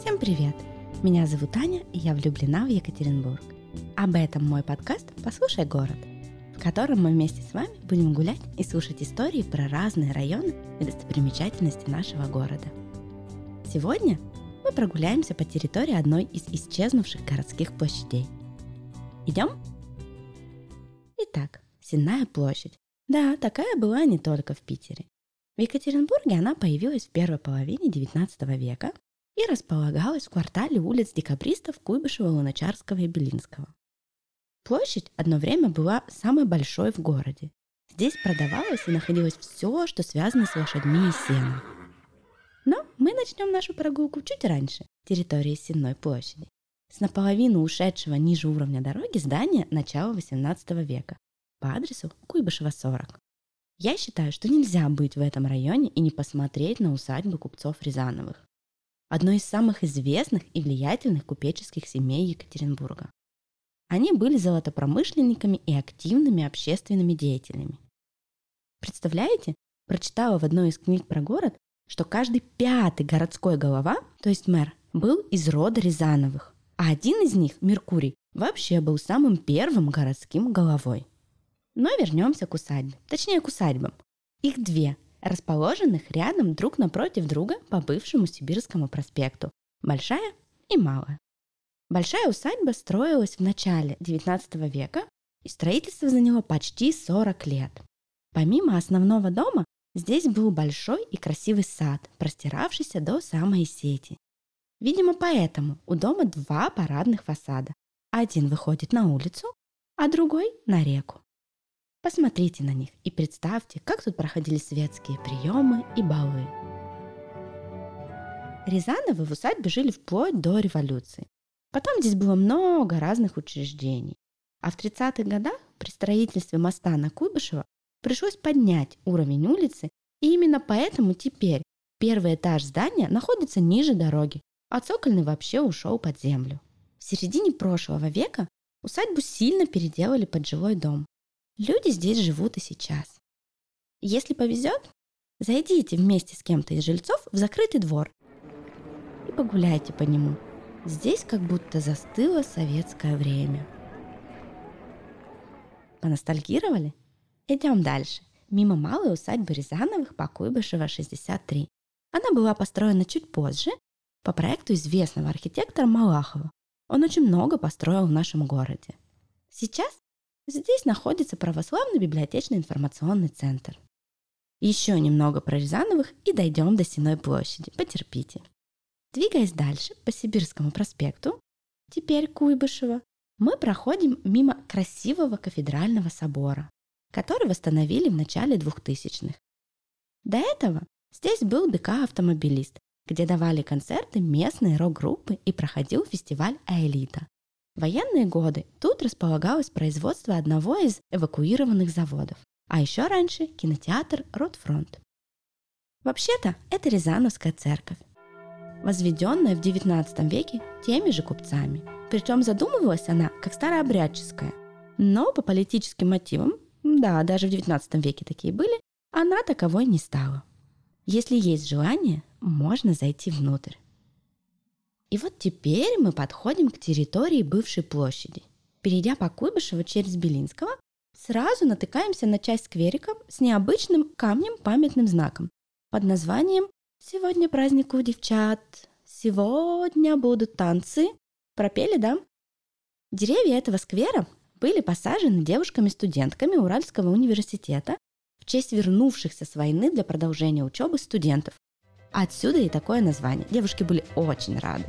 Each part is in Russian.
Всем привет! Меня зовут Аня, и я влюблена в Екатеринбург. Об этом мой подкаст «Послушай город», в котором мы вместе с вами будем гулять и слушать истории про разные районы и достопримечательности нашего города. Сегодня мы прогуляемся по территории одной из исчезнувших городских площадей. Идем? Итак, Сенная площадь. Да, такая была не только в Питере. В Екатеринбурге она появилась в первой половине XIX века и располагалась в квартале улиц Декабристов, Куйбышева, Луначарского и Белинского. Площадь одно время была самой большой в городе. Здесь продавалось и находилось все, что связано с лошадьми и сеном. Но мы начнем нашу прогулку чуть раньше, территории Сенной площади, с наполовину ушедшего ниже уровня дороги здания начала XVIII века по адресу Куйбышева, 40. Я считаю, что нельзя быть в этом районе и не посмотреть на усадьбы купцов Рязановых, одной из самых известных и влиятельных купеческих семей Екатеринбурга. Они были золотопромышленниками и активными общественными деятелями. Представляете, прочитала в одной из книг про город, что каждый пятый городской голова, то есть мэр, был из рода Рязановых, а один из них, Меркурий, вообще был самым первым городским головой. Но вернемся к усадьбе, точнее к усадьбам. Их две, расположенных рядом друг напротив друга по бывшему Сибирскому проспекту, Большая и Малая. Большая усадьба строилась в начале XIX века, и строительство заняло почти 40 лет. Помимо основного дома, здесь был большой и красивый сад, простиравшийся до самой сети. Видимо, поэтому у дома два парадных фасада. Один выходит на улицу, а другой на реку. Посмотрите на них и представьте, как тут проходили светские приемы и балы. Рязановы в усадьбе жили вплоть до революции. Потом здесь было много разных учреждений. А в 30-х годах при строительстве моста на Куйбышева пришлось поднять уровень улицы, и именно поэтому теперь первый этаж здания находится ниже дороги, а цокольный вообще ушел под землю. В середине прошлого века усадьбу сильно переделали под жилой дом. Люди здесь живут и сейчас. Если повезет, зайдите вместе с кем-то из жильцов в закрытый двор и погуляйте по нему. Здесь как будто застыло советское время. Поностальгировали? Идем дальше. Мимо малой усадьбы Рязановых по Куйбышева, 63. Она была построена чуть позже по проекту известного архитектора Малахова. Он очень много построил в нашем городе. Сейчас здесь находится православный библиотечный информационный центр. Еще немного про Рязановых и дойдем до Сенной площади. Потерпите. Двигаясь дальше по Сибирскому проспекту, теперь Куйбышева, мы проходим мимо красивого кафедрального собора, который восстановили в начале 2000-х. До этого здесь был ДК «Автомобилист», где давали концерты местные рок-группы и проходил фестиваль «Аэлита». В военные годы тут располагалось производство одного из эвакуированных заводов, а еще раньше кинотеатр «Ротфронт». Вообще-то это Рязановская церковь, возведенная в XIX веке теми же купцами. Причем задумывалась она как старообрядческая, но по политическим мотивам, да, даже в XIX веке такие были, она таковой не стала. Если есть желание, можно зайти внутрь. И вот теперь мы подходим к территории бывшей площади. Перейдя по Куйбышеву через Белинского, сразу натыкаемся на часть скверика с необычным камнем-памятным знаком под названием «Сегодня праздник у девчат, сегодня будут танцы». Пропели, да? Деревья этого сквера были посажены девушками-студентками Уральского университета в честь вернувшихся с войны для продолжения учебы студентов. Отсюда и такое название. Девушки были очень рады.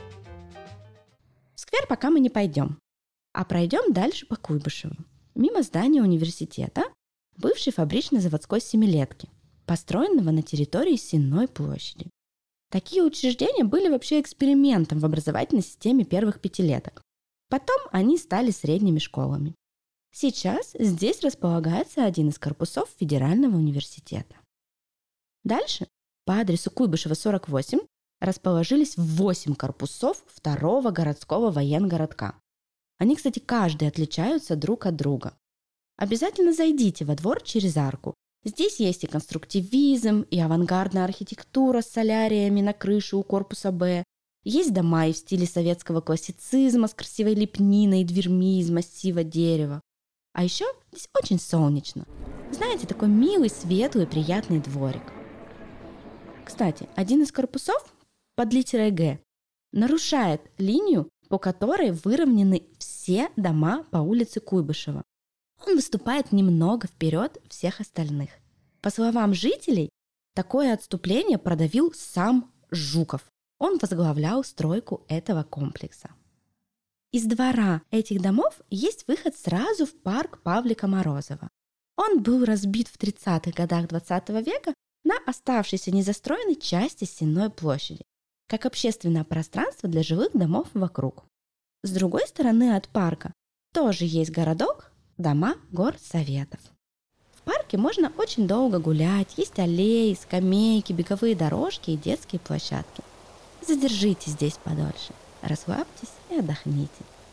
В сквер пока мы не пойдем, а пройдем дальше по Куйбышеву. Мимо здания университета, бывшей фабрично-заводской семилетки, построенного на территории Сенной площади. Такие учреждения были вообще экспериментом в образовательной системе первых пятилеток. Потом они стали средними школами. Сейчас здесь располагается один из корпусов Федерального университета. Дальше по адресу Куйбышева, 48 расположились 8 корпусов второго городского военгородка. Они, кстати, каждый отличаются друг от друга. Обязательно зайдите во двор через арку. Здесь есть и конструктивизм, и авангардная архитектура с соляриями на крыше у корпуса Б, Есть дома и в стиле советского классицизма с красивой лепниной и дверьми из массива дерева. А еще здесь очень солнечно. Знаете, такой милый, светлый, приятный дворик. Кстати, один из корпусов под литерой «Г» нарушает линию, по которой выровнены все дома по улице Куйбышева. Он выступает немного вперед всех остальных. По словам жителей, такое отступление продавил сам Жуков. Он возглавлял стройку этого комплекса. Из двора этих домов есть выход сразу в парк Павлика Морозова. Он был разбит в 30-х годах 20 века на оставшейся незастроенной части Сенной площади, как общественное пространство для жилых домов вокруг. С другой стороны от парка тоже есть городок, дома горсоветов. В парке можно очень долго гулять, есть аллеи, скамейки, беговые дорожки и детские площадки. Задержитесь здесь подольше, расслабьтесь и отдохните.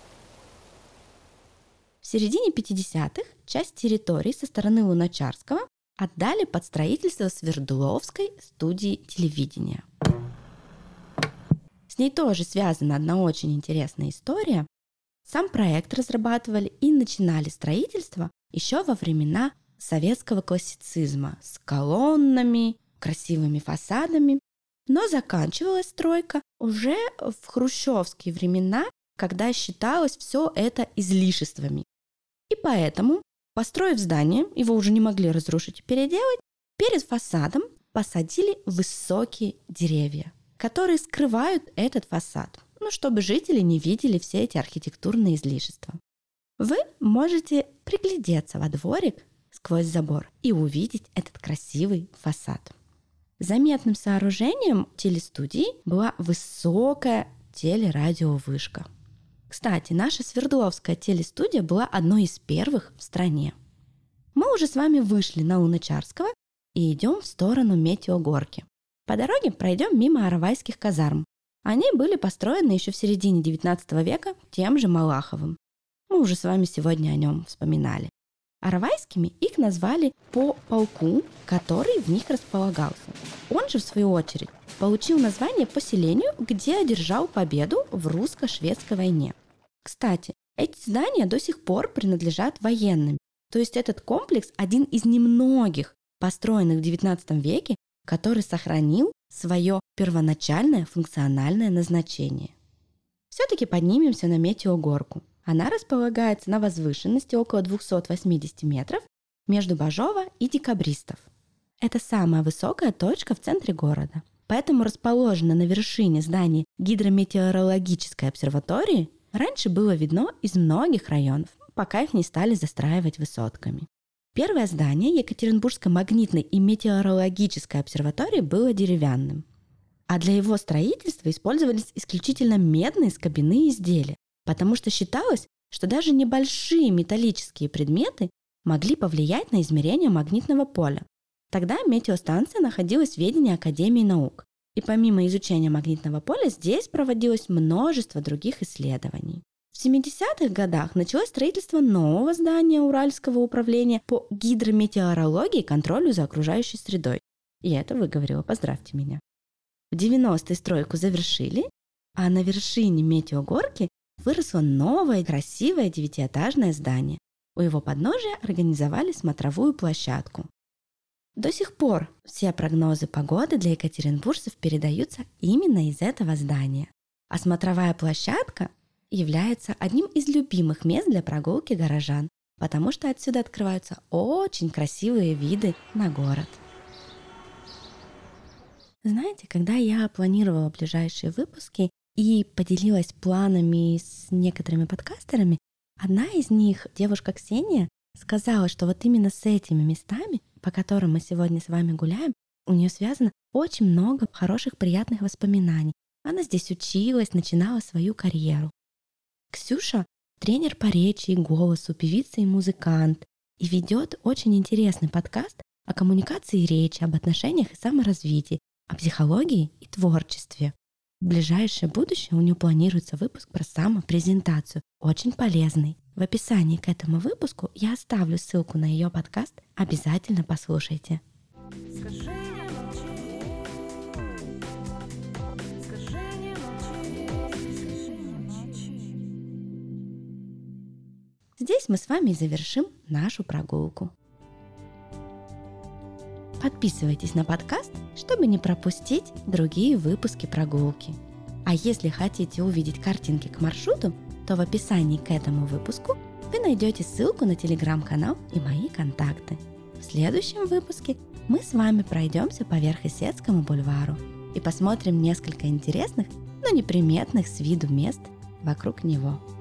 В середине 50-х часть территории со стороны Луначарского отдали под строительство Свердловской студии телевидения. С ней тоже связана одна очень интересная история. Сам проект разрабатывали и начинали строительство еще во времена советского классицизма с колоннами, красивыми фасадами, но заканчивалась стройка уже в хрущевские времена, когда считалось все это излишествами. И поэтому, построив здание, его уже не могли разрушить и переделать, перед фасадом посадили высокие деревья, которые скрывают этот фасад, чтобы жители не видели все эти архитектурные излишества. Вы можете приглядеться во дворик сквозь забор и увидеть этот красивый фасад. Заметным сооружением телестудии была высокая телерадиовышка. Кстати, наша Свердловская телестудия была одной из первых в стране. Мы уже с вами вышли на Луначарского и идем в сторону Метеогорки. По дороге пройдем мимо Аравайских казарм. Они были построены еще в середине XIX века тем же Малаховым. Мы уже с вами сегодня о нем вспоминали. Аравайскими их назвали по полку, который в них располагался. Он же, в свою очередь, получил название по селению, где одержал победу в русско-шведской войне. Кстати, эти здания до сих пор принадлежат военным. То есть этот комплекс один из немногих, построенных в XIX веке, который сохранил свое первоначальное функциональное назначение. Все-таки поднимемся на Метеогорку. Она располагается на возвышенности около 280 метров между Бажова и Декабристов. Это самая высокая точка в центре города. Поэтому расположена на вершине здания гидрометеорологической обсерватории раньше было видно из многих районов, пока их не стали застраивать высотками. Первое здание Екатеринбургской магнитной и метеорологической обсерватории было деревянным, а для его строительства использовались исключительно медные скобяные изделия, потому что считалось, что даже небольшие металлические предметы могли повлиять на измерение магнитного поля. Тогда метеостанция находилась в ведении Академии наук, и помимо изучения магнитного поля здесь проводилось множество других исследований. В 70-х годах началось строительство нового здания Уральского управления по гидрометеорологии и контролю за окружающей средой. Я это выговорила, поздравьте меня. В 90-е стройку завершили, а на вершине Метеогорки выросло новое красивое 9-этажное здание. У его подножия организовали смотровую площадку. До сих пор все прогнозы погоды для екатеринбуржцев передаются именно из этого здания. А смотровая площадка является одним из любимых мест для прогулки горожан, потому что отсюда открываются очень красивые виды на город. Знаете, когда я планировала ближайшие выпуски и поделилась планами с некоторыми подкастерами, одна из них, девушка Ксения, сказала, что вот именно с этими местами, по которым мы сегодня с вами гуляем, у нее связано очень много хороших, приятных воспоминаний. Она здесь училась, начинала свою карьеру. Ксюша — тренер по речи и голосу, певица и музыкант, и ведет очень интересный подкаст о коммуникации и речи, об отношениях и саморазвитии, о психологии и творчестве. В ближайшее будущее у нее планируется выпуск про самопрезентацию, очень полезный. В описании к этому выпуску я оставлю ссылку на ее подкаст, обязательно послушайте. Скажи, не молчи. Скажи, не молчи. Здесь мы с вами и завершим нашу прогулку. Подписывайтесь на подкаст, чтобы не пропустить другие выпуски прогулки. А если хотите увидеть картинки к маршруту, то в описании к этому выпуску вы найдете ссылку на телеграм-канал и мои контакты. В следующем выпуске мы с вами пройдемся по Верхесецкому бульвару и посмотрим несколько интересных, но неприметных с виду мест вокруг него.